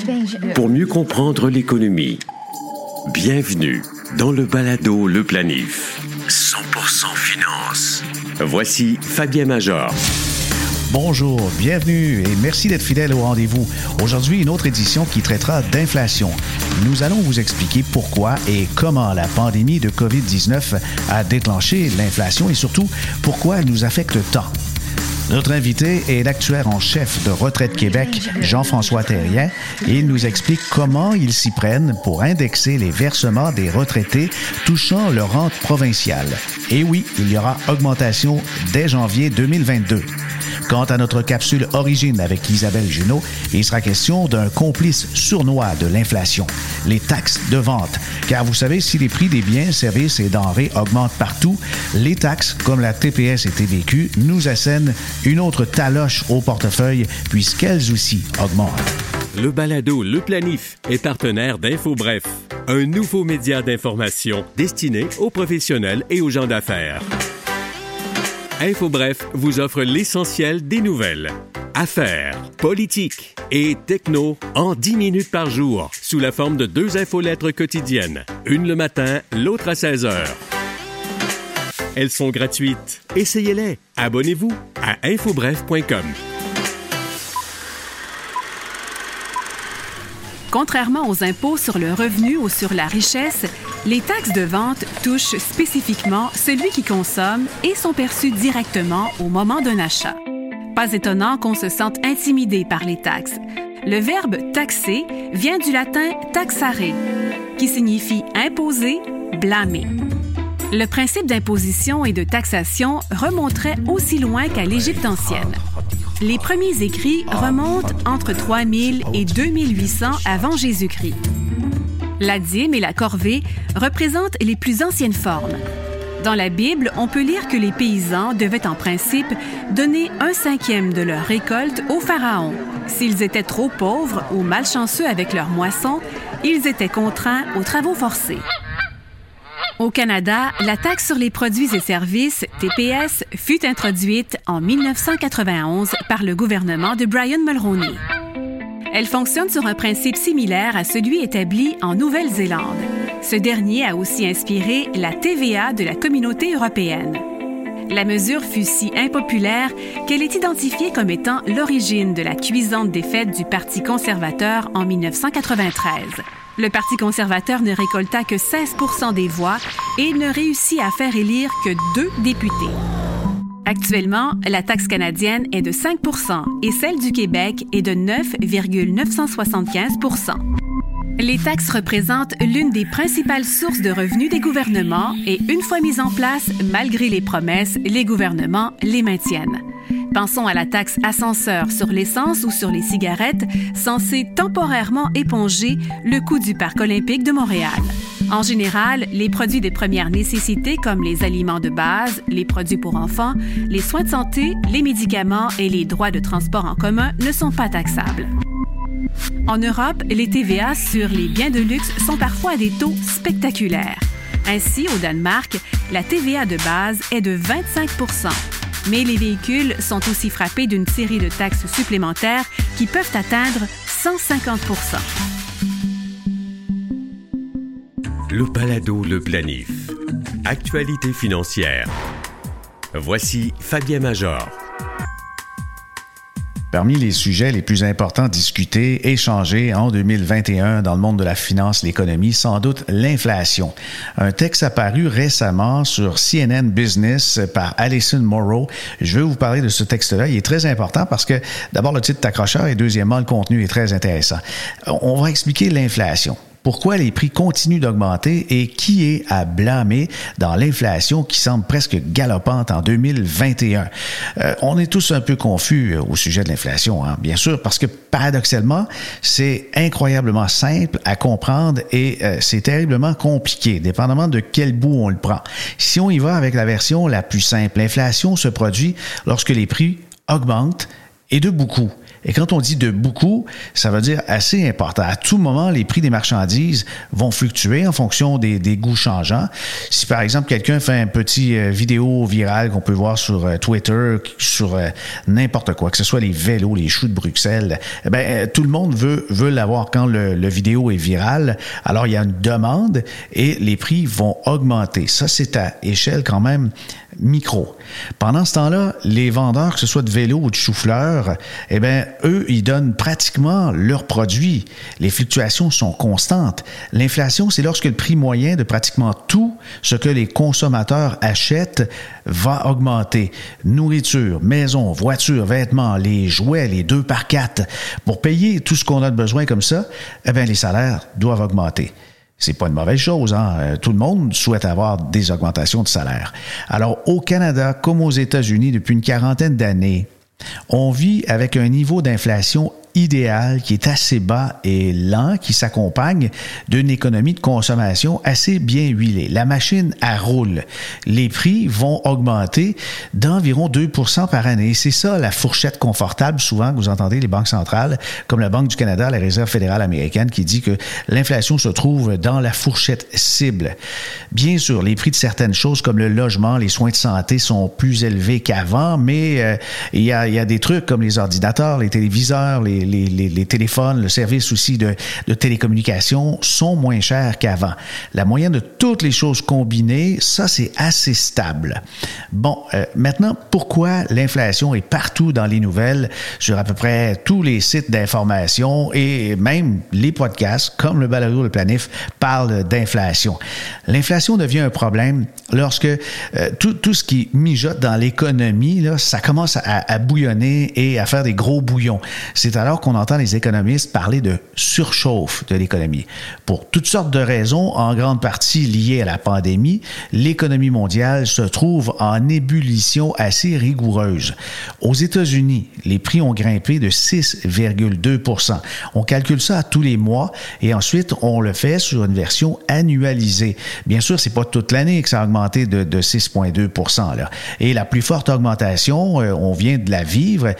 pour mieux comprendre l'économie. Bienvenue dans le balado Le Planif. 100% finance. Voici Fabien Major. Bonjour, bienvenue et merci d'être fidèle au rendez-vous. Aujourd'hui, une autre édition qui traitera d'inflation. Nous allons vous expliquer pourquoi et comment la pandémie de COVID-19 a déclenché l'inflation et surtout pourquoi elle nous affecte tant. Notre invité est l'actuaire en chef de Retraite Québec, Jean-François Thérien, et il nous explique comment ils s'y prennent pour indexer les versements des retraités touchant leur rente provinciale. Et oui, il y aura augmentation dès janvier 2022. Quant à notre capsule Origine avec Isabelle Junot, il sera question d'un complice sournois de l'inflation, les taxes de vente. Car vous savez, si les prix des biens, services et denrées augmentent partout, les taxes, comme la TPS et TVQ, nous assènent une autre taloche au portefeuille puisqu'elles aussi augmentent. Le balado Le Planif est partenaire d'InfoBref, un nouveau média d'information destiné aux professionnels et aux gens d'affaires. InfoBref vous offre l'essentiel des nouvelles, affaires, politiques et techno en 10 minutes par jour, sous la forme de 2 infolettres quotidiennes, une le matin, l'autre à 16h. Elles sont gratuites. Essayez-les. Abonnez-vous à infobref.com. Contrairement aux impôts sur le revenu ou sur la richesse, les taxes de vente touchent spécifiquement celui qui consomme et sont perçues directement au moment d'un achat. Pas étonnant qu'on se sente intimidé par les taxes. Le verbe « taxer » vient du latin « taxare », qui signifie « imposer », « blâmer ». Le principe d'imposition et de taxation remonterait aussi loin qu'à l'Égypte ancienne. Les premiers écrits remontent entre 3000 et 2800 avant Jésus-Christ. La dîme et la corvée représentent les plus anciennes formes. Dans la Bible, on peut lire que les paysans devaient en principe donner 1/5 de leur récolte au pharaon. S'ils étaient trop pauvres ou malchanceux avec leur moisson, ils étaient contraints aux travaux forcés. Au Canada, la taxe sur les produits et services, TPS, fut introduite en 1991 par le gouvernement de Brian Mulroney. Elle fonctionne sur un principe similaire à celui établi en Nouvelle-Zélande. Ce dernier a aussi inspiré la TVA de la Communauté européenne. La mesure fut si impopulaire qu'elle est identifiée comme étant l'origine de la cuisante défaite du Parti conservateur en 1993. Le Parti conservateur ne récolta que 16% des voix et ne réussit à faire élire que 2 députés. Actuellement, la taxe canadienne est de 5% et celle du Québec est de 9,975%. Les taxes représentent l'une des principales sources de revenus des gouvernements et une fois mises en place, malgré les promesses, les gouvernements les maintiennent. Pensons à la taxe ascenseur sur l'essence ou sur les cigarettes, censée temporairement éponger le coût du Parc olympique de Montréal. En général, les produits de première nécessité comme les aliments de base, les produits pour enfants, les soins de santé, les médicaments et les droits de transport en commun ne sont pas taxables. En Europe, les TVA sur les biens de luxe sont parfois à des taux spectaculaires. Ainsi, au Danemark, la TVA de base est de 25%. Mais les véhicules sont aussi frappés d'une série de taxes supplémentaires qui peuvent atteindre 150%. Le balado Le Planif. Actualité financière. Voici Fabien Major. Parmi les sujets les plus importants discutés, échangés en 2021 dans le monde de la finance, l'économie, sans doute l'inflation. Un texte apparu récemment sur CNN Business par Alison Morrow. Je veux vous parler de ce texte-là. Il est très important parce que, d'abord, le titre est accrocheur et deuxièmement, le contenu est très intéressant. On va expliquer l'inflation. Pourquoi les prix continuent d'augmenter et qui est à blâmer dans l'inflation qui semble presque galopante en 2021? On est tous un peu confus au sujet de l'inflation, hein, bien sûr, parce que paradoxalement, c'est incroyablement simple à comprendre et c'est terriblement compliqué, dépendamment de quel bout on le prend. Si on y va avec la version la plus simple, l'inflation se produit lorsque les prix augmentent et de beaucoup. Et quand on dit de beaucoup, ça veut dire assez important. À tout moment, les prix des marchandises vont fluctuer en fonction des goûts changeants. Si par exemple quelqu'un fait un petit vidéo virale qu'on peut voir sur Twitter, sur n'importe quoi, que ce soit les vélos, les choux de Bruxelles, tout le monde veut l'avoir quand le vidéo est viral. Alors il y a une demande et les prix vont augmenter. Ça, c'est à échelle quand même micro. Pendant ce temps-là, les vendeurs, que ce soit de vélos ou de chou-fleurs, eux, ils donnent pratiquement leurs produits. Les fluctuations sont constantes. L'inflation, c'est lorsque le prix moyen de pratiquement tout ce que les consommateurs achètent va augmenter. Nourriture, maison, voiture, vêtements, les jouets, les 2x4. Pour payer tout ce qu'on a de besoin comme ça, les salaires doivent augmenter. C'est pas une mauvaise chose, hein? Tout le monde souhaite avoir des augmentations de salaire. Alors, au Canada, comme aux États-Unis, depuis une quarantaine d'années, on vit avec un niveau d'inflation idéal qui est assez bas et lent, qui s'accompagne d'une économie de consommation assez bien huilée. La machine, elle roule. Les prix vont augmenter d'environ 2% par année. Et c'est ça la fourchette confortable, souvent, que vous entendez les banques centrales, comme la Banque du Canada, la Réserve fédérale américaine, qui dit que l'inflation se trouve dans la fourchette cible. Bien sûr, les prix de certaines choses comme le logement, les soins de santé sont plus élevés qu'avant, mais il y a des trucs comme les ordinateurs, les téléviseurs, les téléphones, le service aussi de télécommunications sont moins chers qu'avant. La moyenne de toutes les choses combinées, ça, c'est assez stable. Bon, maintenant, pourquoi l'inflation est partout dans les nouvelles, sur à peu près tous les sites d'information et même les podcasts, comme le Balado Le Planif, parlent d'inflation. L'inflation devient un problème lorsque tout ce qui mijote dans l'économie, là, ça commence à bouillonner et à faire des gros bouillons. C'est alors qu'on entend les économistes parler de surchauffe de l'économie. Pour toutes sortes de raisons, en grande partie liées à la pandémie, l'économie mondiale se trouve en ébullition assez rigoureuse. Aux États-Unis, les prix ont grimpé de 6,2%. On calcule ça à tous les mois et ensuite on le fait sur une version annualisée. Bien sûr, c'est pas toute l'année que ça a augmenté de 6,2%. Là. Et la plus forte augmentation, on vient de la vivre,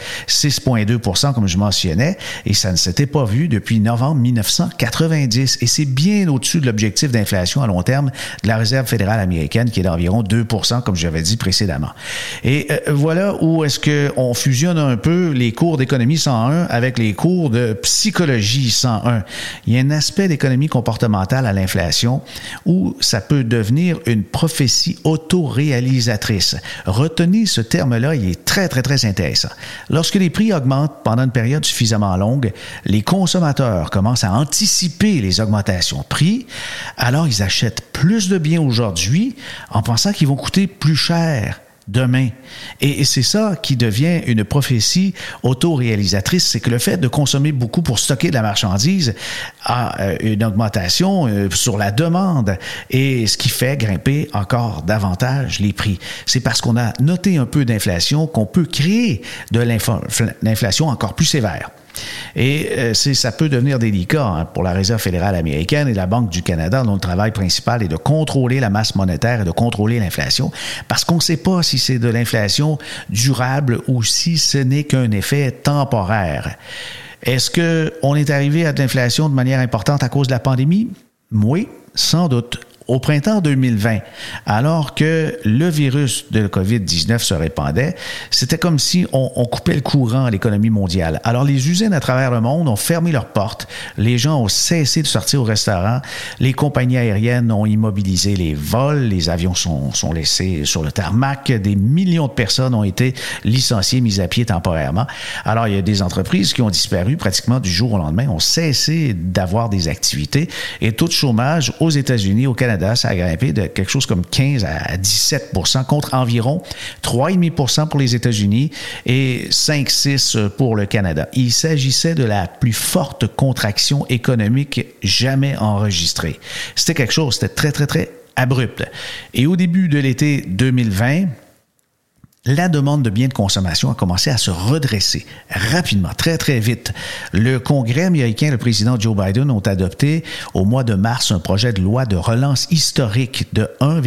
6,2% comme je mentionnais, et ça ne s'était pas vu depuis novembre 1990. Et c'est bien au-dessus de l'objectif d'inflation à long terme de la Réserve fédérale américaine qui est d'environ 2%, comme j'avais dit précédemment. Et voilà où est-ce qu'on fusionne un peu les cours d'économie 101 avec les cours de psychologie 101. Il y a un aspect d'économie comportementale à l'inflation où ça peut devenir une prophétie autoréalisatrice. Retenez ce terme-là, il est très, très, très intéressant. Lorsque les prix augmentent pendant une période suffisamment longue, les consommateurs commencent à anticiper les augmentations de prix, alors ils achètent plus de biens aujourd'hui en pensant qu'ils vont coûter plus cher demain. Et c'est ça qui devient une prophétie autoréalisatrice, c'est que le fait de consommer beaucoup pour stocker de la marchandise a une augmentation sur la demande et ce qui fait grimper encore davantage les prix. C'est parce qu'on a noté un peu d'inflation qu'on peut créer de l'inflation encore plus sévère. Et ça peut devenir délicat pour la Réserve fédérale américaine et la Banque du Canada, dont le travail principal est de contrôler la masse monétaire et de contrôler l'inflation, parce qu'on ne sait pas si c'est de l'inflation durable ou si ce n'est qu'un effet temporaire. Est-ce qu'on est arrivé à de l'inflation de manière importante à cause de la pandémie? Oui, sans doute. Au printemps 2020, alors que le virus de COVID-19 se répandait, c'était comme si on coupait le courant à l'économie mondiale. Alors, les usines à travers le monde ont fermé leurs portes, les gens ont cessé de sortir au restaurant, les compagnies aériennes ont immobilisé les vols, les avions sont laissés sur le tarmac, des millions de personnes ont été licenciées, mises à pied temporairement. Alors, il y a des entreprises qui ont disparu pratiquement du jour au lendemain, ont cessé d'avoir des activités et taux de chômage aux États-Unis, au Canada, ça a grimpé de quelque chose comme 15 à 17% contre environ 3,5% pour les États-Unis et 5,6% pour le Canada. Il s'agissait de la plus forte contraction économique jamais enregistrée. C'était quelque chose, c'était très, très, très abrupt. Et au début de l'été 2020, la demande de biens de consommation a commencé à se redresser rapidement, très, très vite. Le Congrès américain, le président Joe Biden ont adopté au mois de mars un projet de loi de relance historique de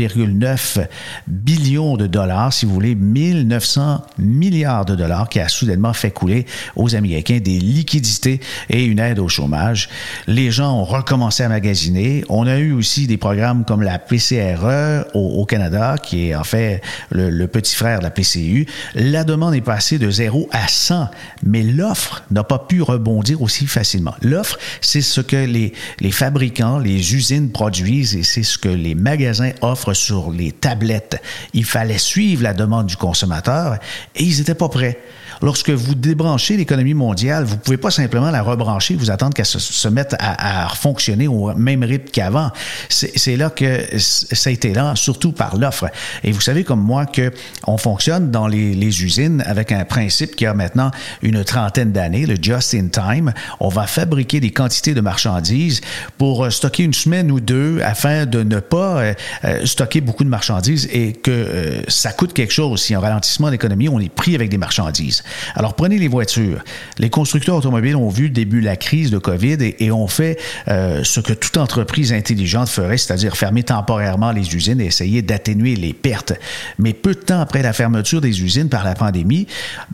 1,9 billion de dollars, si vous voulez, 1900 milliards de dollars, qui a soudainement fait couler aux Américains des liquidités et une aide au chômage. Les gens ont recommencé à magasiner. On a eu aussi des programmes comme la PCRE au Canada, qui est en fait le petit frère de la PCU. La demande est passée de 0 à 100, mais l'offre n'a pas pu rebondir aussi facilement. L'offre, c'est ce que les fabricants, les usines produisent et c'est ce que les magasins offrent sur les tablettes. Il fallait suivre la demande du consommateur et ils n'étaient pas prêts. Lorsque vous débranchez l'économie mondiale, vous ne pouvez pas simplement la rebrancher, vous attendre qu'elle se mette à fonctionner au même rythme qu'avant. C'est là que ça a été là, surtout par l'offre. Et vous savez comme moi qu'on fonctionne dans les usines avec un principe qui a maintenant une trentaine d'années, le just in time. On va fabriquer des quantités de marchandises pour stocker une semaine ou deux afin de ne pas stocker beaucoup de marchandises et que ça coûte quelque chose. Si un ralentissement de l'économie, on est pris avec des marchandises. Alors, prenez les voitures. Les constructeurs automobiles ont vu début la crise de COVID et ont fait ce que toute entreprise intelligente ferait, c'est-à-dire fermer temporairement les usines et essayer d'atténuer les pertes. Mais peu de temps après la fermeture des usines par la pandémie,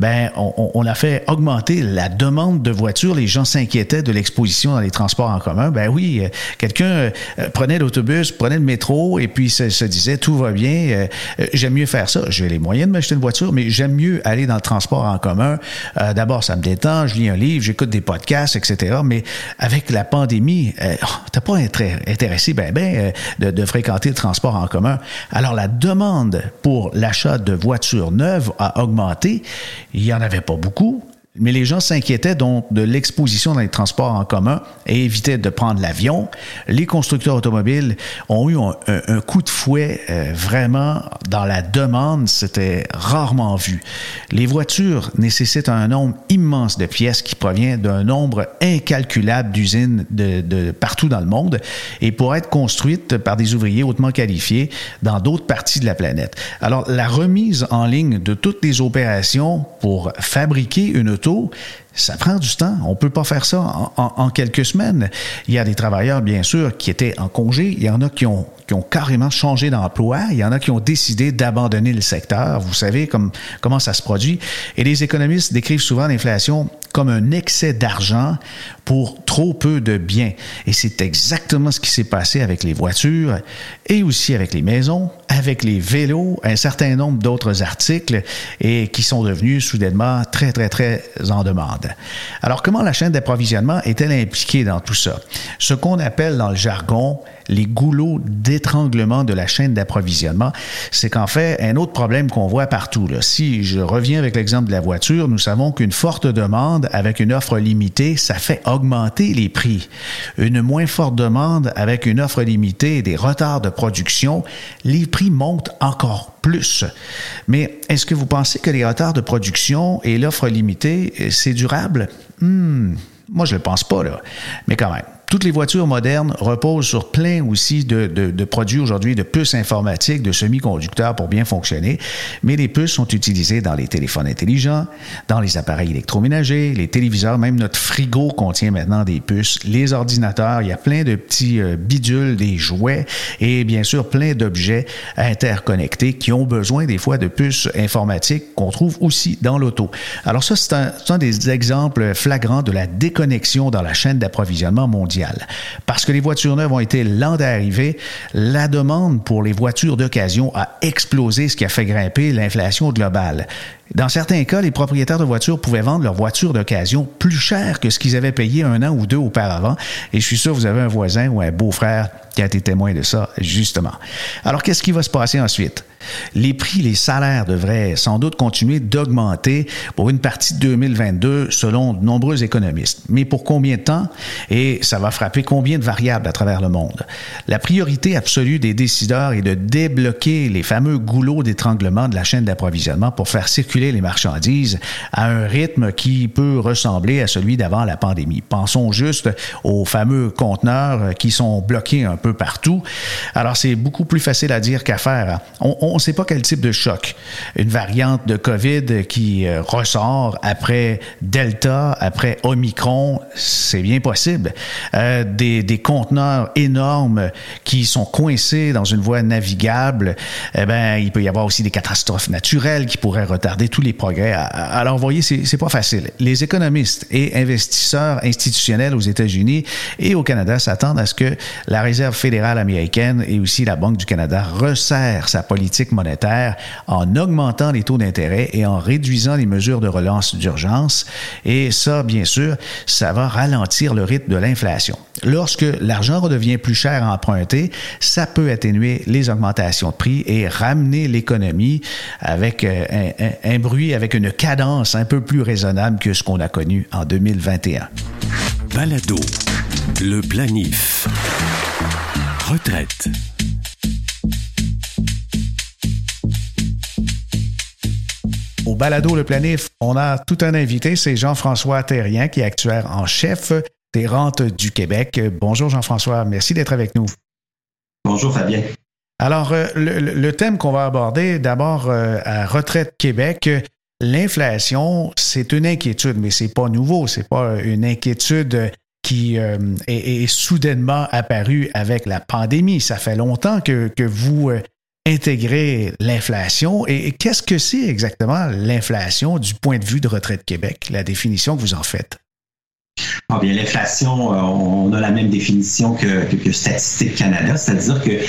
on a fait augmenter la demande de voitures. Les gens s'inquiétaient de l'exposition dans les transports en commun. Ben oui, quelqu'un prenait l'autobus, prenait le métro et puis se disait tout va bien, j'aime mieux faire ça. J'ai les moyens de m'acheter une voiture, mais j'aime mieux aller dans le transport en commun. D'abord, ça me détend, je lis un livre, j'écoute des podcasts, etc. Mais avec la pandémie, t'as pas intéressé de fréquenter le transport en commun. Alors, la demande pour l'achat de voitures neuves a augmenté. Il y en avait pas beaucoup. Mais les gens s'inquiétaient donc de l'exposition dans les transports en commun et évitaient de prendre l'avion. Les constructeurs automobiles ont eu un coup de fouet vraiment dans la demande. C'était rarement vu. Les voitures nécessitent un nombre immense de pièces qui provient d'un nombre incalculable d'usines de partout dans le monde et pour être construites par des ouvriers hautement qualifiés dans d'autres parties de la planète. Alors, la remise en ligne de toutes les opérations pour fabriquer une auto, ça prend du temps. On ne peut pas faire ça en quelques semaines. Il y a des travailleurs, bien sûr, qui étaient en congé. Il y en a qui ont carrément changé d'emploi. Il y en a qui ont décidé d'abandonner le secteur. Vous savez comment ça se produit. Et les économistes décrivent souvent l'inflation comme un excès d'argent pour trop peu de biens. Et c'est exactement ce qui s'est passé avec les voitures et aussi avec les maisons, avec les vélos, un certain nombre d'autres articles et qui sont devenus soudainement très, très, très en demande. Alors, comment la chaîne d'approvisionnement est-elle impliquée dans tout ça? Ce qu'on appelle dans le jargon les goulots d'étranglement de la chaîne d'approvisionnement, c'est qu'en fait, un autre problème qu'on voit partout, là, si je reviens avec l'exemple de la voiture, nous savons qu'une forte demande avec une offre limitée, ça fait augmenter les prix. Une moins forte demande avec une offre limitée et des retards de production, les prix montent encore plus. Mais est-ce que vous pensez que les retards de production et l'offre limitée, c'est durable? Moi, je ne le pense pas, là. Mais quand même. Toutes les voitures modernes reposent sur plein aussi de produits aujourd'hui, de puces informatiques, de semi-conducteurs pour bien fonctionner. Mais les puces sont utilisées dans les téléphones intelligents, dans les appareils électroménagers, les téléviseurs, même notre frigo contient maintenant des puces, les ordinateurs, il y a plein de petits bidules, des jouets et bien sûr plein d'objets interconnectés qui ont besoin des fois de puces informatiques qu'on trouve aussi dans l'auto. Alors ça, c'est un des exemples flagrants de la déconnexion dans la chaîne d'approvisionnement mondiale. Parce que les voitures neuves ont été lentes à arriver, la demande pour les voitures d'occasion a explosé, ce qui a fait grimper l'inflation globale. Dans certains cas, les propriétaires de voitures pouvaient vendre leurs voitures d'occasion plus cher que ce qu'ils avaient payé 1 an ou 2 auparavant. Et je suis sûr que vous avez un voisin ou un beau-frère qui a été témoin de ça, justement. Alors, qu'est-ce qui va se passer ensuite? Les prix, les salaires devraient sans doute continuer d'augmenter pour une partie de 2022, selon de nombreux économistes. Mais pour combien de temps? Et ça va frapper combien de variables à travers le monde? La priorité absolue des décideurs est de débloquer les fameux goulots d'étranglement de la chaîne d'approvisionnement pour faire circuler les marchandises à un rythme qui peut ressembler à celui d'avant la pandémie. Pensons juste aux fameux conteneurs qui sont bloqués un peu partout. Alors, c'est beaucoup plus facile à dire qu'à faire. On on ne sait pas quel type de choc. Une variante de COVID qui ressort après Delta, après Omicron, c'est bien possible. Des conteneurs énormes qui sont coincés dans une voie navigable, il peut y avoir aussi des catastrophes naturelles qui pourraient retarder tous les progrès. Alors, vous voyez, c'est pas facile. Les économistes et investisseurs institutionnels aux États-Unis et au Canada s'attendent à ce que la Réserve fédérale américaine et aussi la Banque du Canada resserrent sa politique monétaire en augmentant les taux d'intérêt et en réduisant les mesures de relance d'urgence. Et ça, bien sûr, ça va ralentir le rythme de l'inflation. Lorsque l'argent redevient plus cher à emprunter, ça peut atténuer les augmentations de prix et ramener l'économie avec un bruit, avec une cadence un peu plus raisonnable que ce qu'on a connu en 2021. Balado, le planif. Retraite. Au Balado Le Planif, on a tout un invité, c'est Jean-François Thérien, qui est actuaire en chef des Rentes du Québec. Bonjour Jean-François, merci d'être avec nous. Bonjour Fabien. Alors, le thème qu'on va aborder, d'abord à Retraite Québec, l'inflation, c'est une inquiétude, mais c'est pas nouveau, c'est pas une inquiétude qui est soudainement apparue avec la pandémie. Ça fait longtemps que vous intégrez l'inflation. Et qu'est-ce que c'est exactement l'inflation du point de vue de Retraite Québec, la définition que vous en faites? Ah bien, l'inflation, on a la même définition que Statistique Canada, c'est-à-dire que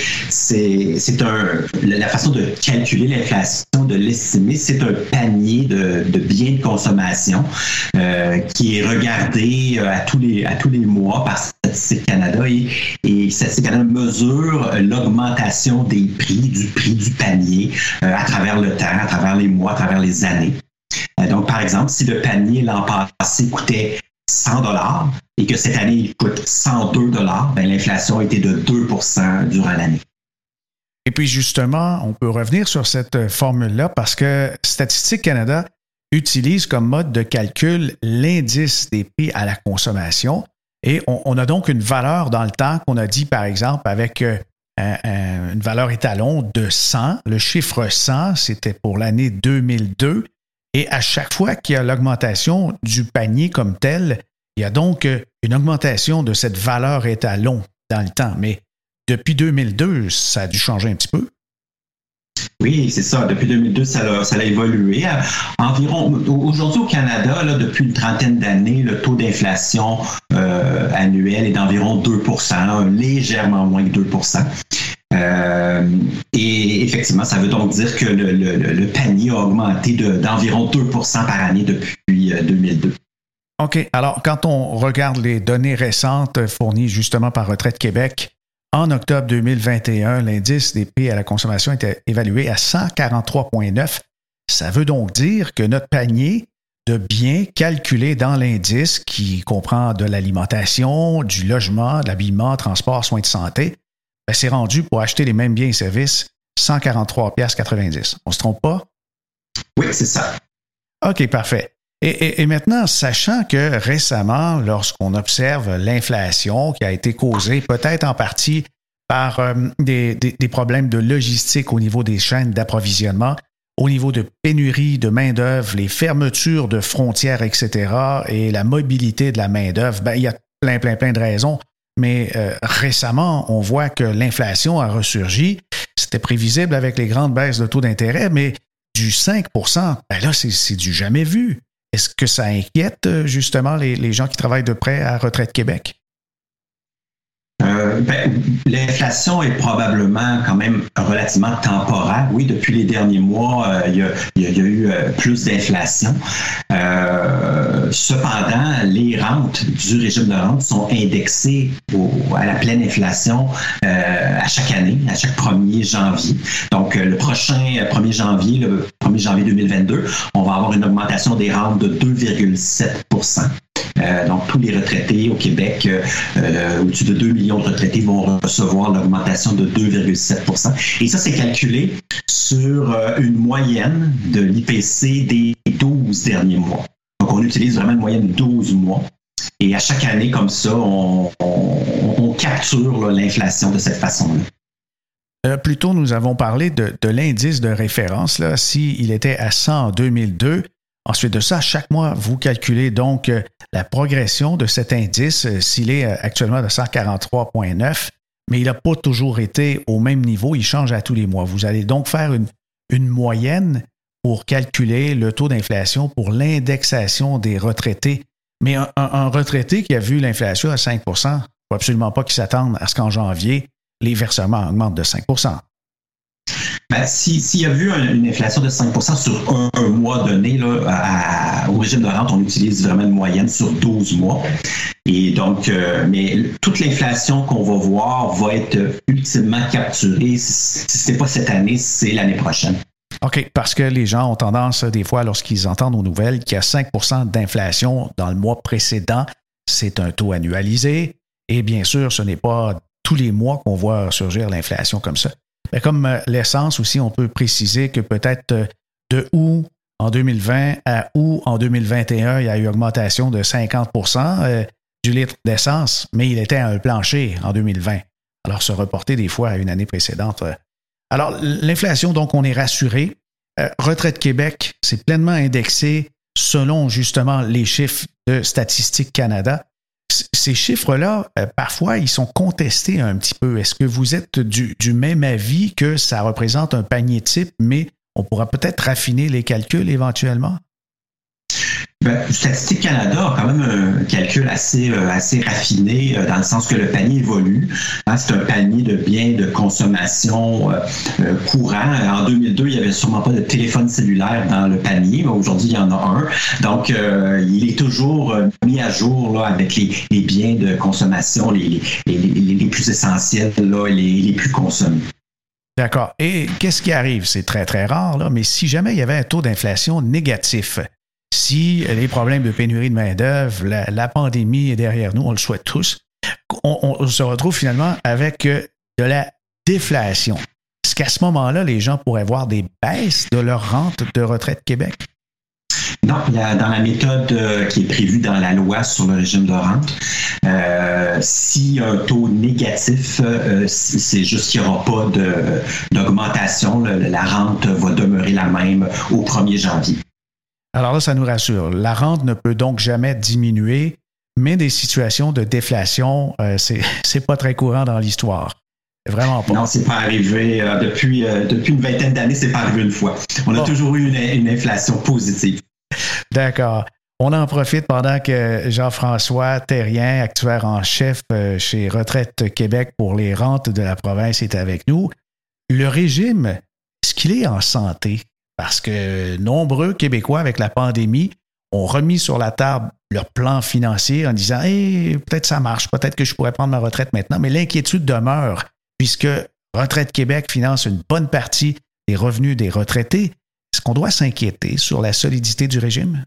la façon de calculer l'inflation, de l'estimer, c'est un panier de biens de consommation qui est regardé à tous les mois par Statistique Canada et Statistique Canada mesure l'augmentation des prix du panier à travers le temps, à travers les mois, à travers les années. Donc, par exemple, si le panier l'an passé coûtait $100 et que cette année, il coûte $102, l'inflation a été de 2% durant l'année. Et puis justement, on peut revenir sur cette formule-là parce que Statistique Canada utilise comme mode de calcul l'indice des prix à la consommation et on a donc une valeur dans le temps qu'on a dit, par exemple, avec une valeur étalon de 100. Le chiffre 100, c'était pour l'année 2002. Et à chaque fois qu'il y a l'augmentation du panier comme tel, il y a donc une augmentation de cette valeur étalon dans le temps. Mais depuis 2002, ça a dû changer un petit peu. Oui, c'est ça. Depuis 2002, ça a évolué. Aujourd'hui au Canada, là, depuis une trentaine d'années, le taux d'inflation annuel est d'environ 2%, là, légèrement moins que 2%. Et effectivement, ça veut donc dire que le panier a augmenté d'environ 2% par année depuis 2002. OK. Alors, quand on regarde les données récentes fournies justement par Retraite Québec, en octobre 2021, l'indice des prix à la consommation était évalué à 143,9. Ça veut donc dire que notre panier de biens calculé dans l'indice, qui comprend de l'alimentation, du logement, de l'habillement, transport, soins de santé, c'est rendu pour acheter les mêmes biens et services 143,90 $. On ne se trompe pas? Oui, c'est ça. OK, parfait. Et maintenant, sachant que récemment, lorsqu'on observe l'inflation qui a été causée peut-être en partie par des problèmes de logistique au niveau des chaînes d'approvisionnement, au niveau de pénurie de main-d'œuvre, les fermetures de frontières, etc., et la mobilité de la main-d'œuvre, il y a plein de raisons. Mais récemment, on voit que l'inflation a ressurgi. C'était prévisible avec les grandes baisses de taux d'intérêt, mais du 5 %, là, c'est du jamais vu. Est-ce que ça inquiète justement les gens qui travaillent de près à Retraite Québec? L'inflation est probablement quand même relativement temporaire. Oui, depuis les derniers mois, il y a eu plus d'inflation. Cependant, les rentes du régime de rente sont indexées à la pleine inflation à chaque année, à chaque 1er janvier. Donc, le prochain 1er janvier, le 1er janvier 2022, on va avoir une augmentation des rentes de 2,7 %. Donc, tous les retraités au Québec, au-dessus de 2 millions de retraités vont recevoir l'augmentation de 2,7 %. Et ça, c'est calculé sur une moyenne de l'IPC des 12 derniers mois. Donc, on utilise vraiment une moyenne de 12 mois. Et à chaque année, comme ça, on capture l'inflation de cette façon-là. Plus tôt, nous avons parlé de l'indice de référence, là, s'il était à 100 en 2002. Ensuite de ça, chaque mois, vous calculez donc la progression de cet indice, s'il est actuellement de 143,9, mais il n'a pas toujours été au même niveau, il change à tous les mois. Vous allez donc faire une moyenne pour calculer le taux d'inflation pour l'indexation des retraités. Mais un retraité qui a vu l'inflation à 5 il ne faut absolument pas qu'il s'attende à ce qu'en janvier, les versements augmentent de 5 Ben, s'il y a vu une inflation de 5 sur un mois donné, là, au régime de rente, on utilise vraiment une moyenne sur 12 mois. Et donc, mais toute l'inflation qu'on va voir va être ultimement capturée. Si ce n'est pas cette année, c'est l'année prochaine. OK, parce que les gens ont tendance, des fois, lorsqu'ils entendent aux nouvelles qu'il y a 5 d'inflation dans le mois précédent, c'est un taux annualisé. Et bien sûr, ce n'est pas tous les mois qu'on voit surgir l'inflation comme ça. Mais comme l'essence aussi, on peut préciser que peut-être de août en 2020 à août en 2021, il y a eu augmentation de 50 du litre d'essence, mais il était à un plancher en 2020. Alors, se reporter des fois à une année précédente. Alors, l'inflation, donc, on est rassuré. Retraite Québec, c'est pleinement indexé selon justement les chiffres de Statistique Canada. Ces chiffres-là, parfois, ils sont contestés un petit peu. Est-ce que vous êtes du même avis que ça représente un panier type, mais on pourra peut-être raffiner les calculs éventuellement? Ben, Statistique Canada a quand même un calcul assez raffiné dans le sens que le panier évolue. C'est un panier de biens de consommation courant. En 2002, il n'y avait sûrement pas de téléphone cellulaire dans le panier. Aujourd'hui, il y en a un. Donc, il est toujours mis à jour là, avec les biens de consommation les plus essentiels, là, les plus consommés. D'accord. Et qu'est-ce qui arrive? C'est très, très rare, là, mais si jamais il y avait un taux d'inflation négatif, si les problèmes de pénurie de main-d'œuvre, la pandémie est derrière nous, on le souhaite tous, on se retrouve finalement avec de la déflation. Est-ce qu'à ce moment-là, les gens pourraient voir des baisses de leur rente de retraite Québec? Non, dans la méthode qui est prévue dans la loi sur le régime de rente, s'il y a un taux négatif, c'est juste qu'il n'y aura pas d'augmentation. La rente va demeurer la même au 1er janvier. Alors là, ça nous rassure. La rente ne peut donc jamais diminuer, mais des situations de déflation, c'est pas très courant dans l'histoire. Vraiment pas. Non, c'est pas arrivé depuis une vingtaine d'années, c'est pas arrivé une fois. On a toujours eu une inflation positive. D'accord. On en profite pendant que Jean-François Thérien, actuaire en chef chez Retraite Québec pour les rentes de la province, est avec nous. Le régime, est-ce qu'il est en santé? Parce que nombreux Québécois, avec la pandémie, ont remis sur la table leur plan financier en disant « Hey, peut-être ça marche, peut-être que je pourrais prendre ma retraite maintenant », mais l'inquiétude demeure puisque Retraite Québec finance une bonne partie des revenus des retraités. Est-ce qu'on doit s'inquiéter sur la solidité du régime?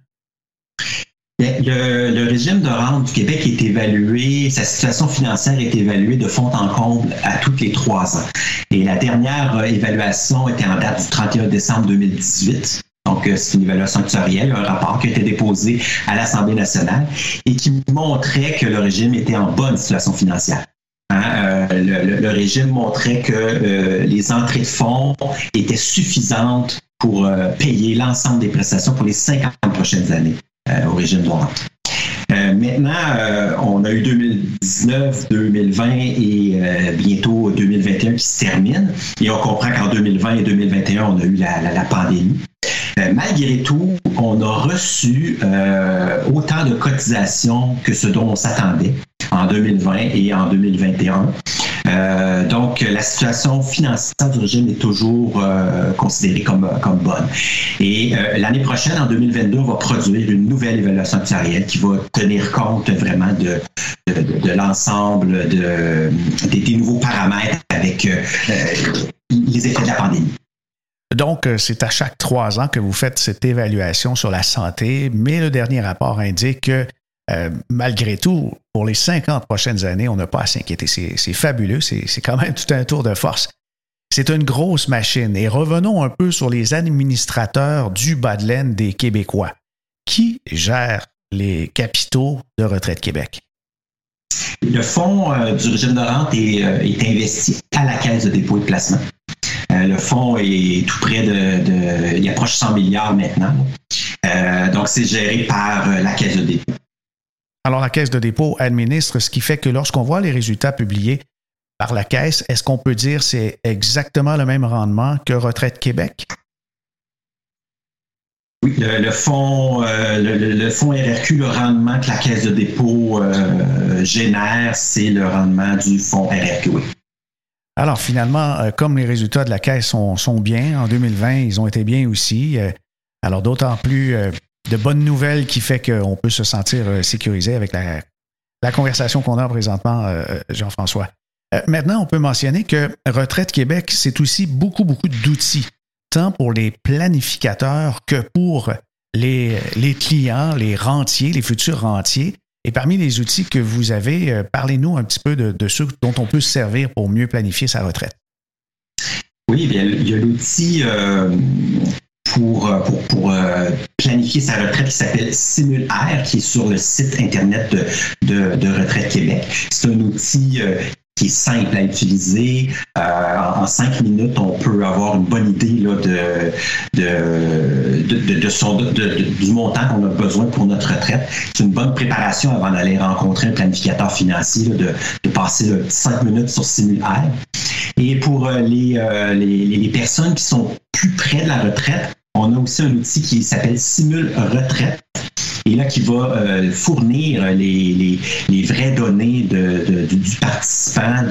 Le régime de rente du Québec est évalué, sa situation financière est évaluée de fond en comble à tous les 3 ans. Et la dernière évaluation était en date du 31 décembre 2018. Donc, c'est une évaluation actuarielle, un rapport qui a été déposé à l'Assemblée nationale et qui montrait que le régime était en bonne situation financière. Le régime montrait que les entrées de fonds étaient suffisantes pour payer l'ensemble des prestations pour les 50 prochaines années au régime de rente. Maintenant, on a eu 2019, 2020 et bientôt 2021 qui se terminent. Et on comprend qu'en 2020 et 2021, on a eu la pandémie. Malgré tout, on a reçu autant de cotisations que ce dont on s'attendait en 2020 et en 2021. Donc, la situation financière du régime est toujours considérée comme bonne. Et l'année prochaine, en 2022, on va produire une nouvelle évaluation actuarielle qui va tenir compte vraiment de l'ensemble des nouveaux paramètres avec les effets de la pandémie. Donc, c'est à chaque 3 ans que vous faites cette évaluation sur la santé, mais le dernier rapport indique que malgré tout, pour les 50 prochaines années, on n'a pas à s'inquiéter. C'est fabuleux, c'est quand même tout un tour de force. C'est une grosse machine. Et revenons un peu sur les administrateurs du bas de laine des Québécois. Qui gère les capitaux de Retraite Québec? Le fonds du régime de rente est investi à la Caisse de dépôt et de placement. Le fonds est tout près il approche 100 milliards maintenant. Donc, c'est géré par la Caisse de dépôt. Alors, la Caisse de dépôt administre, ce qui fait que lorsqu'on voit les résultats publiés par la Caisse, est-ce qu'on peut dire que c'est exactement le même rendement que Retraite Québec? Oui, le fonds RRQ, le rendement que la Caisse de dépôt génère, c'est le rendement du fonds RRQ. Oui. Alors, finalement, comme les résultats de la Caisse sont bien, en 2020, ils ont été bien aussi. Alors, d'autant plus de bonnes nouvelles qui fait qu'on peut se sentir sécurisé avec la conversation qu'on a présentement, Jean-François. Maintenant, on peut mentionner que Retraite Québec, c'est aussi beaucoup d'outils, tant pour les planificateurs que pour les clients, les rentiers, les futurs rentiers. Et parmi les outils que vous avez, parlez-nous un petit peu de ceux dont on peut se servir pour mieux planifier sa retraite. Oui, bien, il y a l'outil pour planifier sa retraite qui s'appelle Simul-R, qui est sur le site Internet de Retraite Québec. C'est un outil qui est simple à utiliser. En 5 minutes, on peut avoir une bonne idée là, du montant qu'on a besoin pour notre retraite. C'est une bonne préparation avant d'aller rencontrer un planificateur financier, là, de passer là, 5 minutes sur Simul-R. Et pour les personnes qui sont plus près de la retraite, on a aussi un outil qui s'appelle Simul-Retraite. Et là, qui va fournir les vraies données du participant,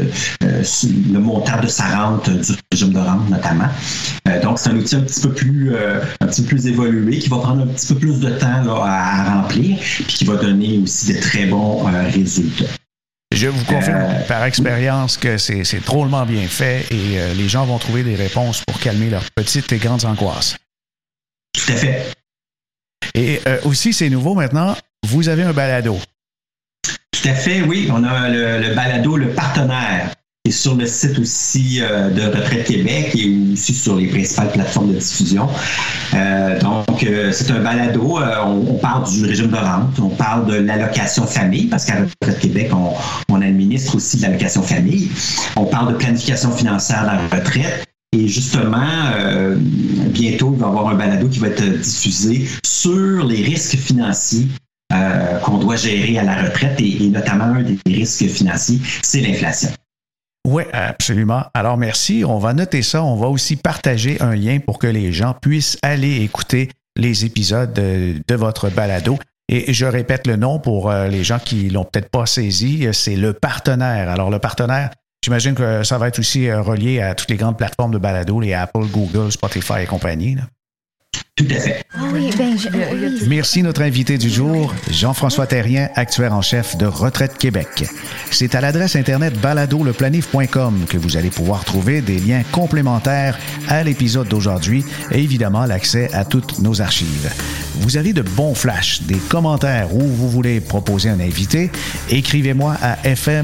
le montant de sa rente, du régime de rente notamment. Donc, c'est un outil un petit peu plus évolué, qui va prendre un petit peu plus de temps là, à remplir, puis qui va donner aussi de très bons résultats. Je vous confirme par expérience que c'est drôlement bien fait et les gens vont trouver des réponses pour calmer leurs petites et grandes angoisses. Tout à fait. Et aussi, c'est nouveau maintenant, vous avez un balado. Tout à fait, oui. On a le balado, le partenaire, qui est sur le site aussi de Retraite Québec et aussi sur les principales plateformes de diffusion. Donc, c'est un balado. On parle du régime de rente, on parle de l'allocation famille, parce qu'à Retraite Québec, on administre aussi de l'allocation famille. On parle de planification financière de la retraite. Et justement, bientôt, il va y avoir un balado qui va être diffusé sur les risques financiers qu'on doit gérer à la retraite et notamment un des risques financiers, c'est l'inflation. Oui, absolument. Alors, merci. On va noter ça. On va aussi partager un lien pour que les gens puissent aller écouter les épisodes de votre balado. Et je répète le nom pour les gens qui l'ont peut-être pas saisi, c'est le partenaire. Alors, le partenaire, j'imagine que ça va être aussi relié à toutes les grandes plateformes de balado, les Apple, Google, Spotify et compagnie, là. Tout à fait. Oui, Merci notre invité du jour, Jean-François Terrien, actuaire en chef de Retraite Québec. C'est à l'adresse internet baladoleplanif.com que vous allez pouvoir trouver des liens complémentaires à l'épisode d'aujourd'hui et évidemment l'accès à toutes nos archives. Vous avez de bons flashs, des commentaires ou vous voulez proposer un invité, écrivez-moi à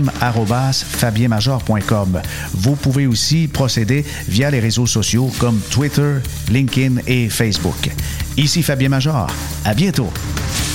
fm@fabienmajor.com. Vous pouvez aussi procéder via les réseaux sociaux comme Twitter, LinkedIn et Facebook. Ici Fabien Major. À bientôt.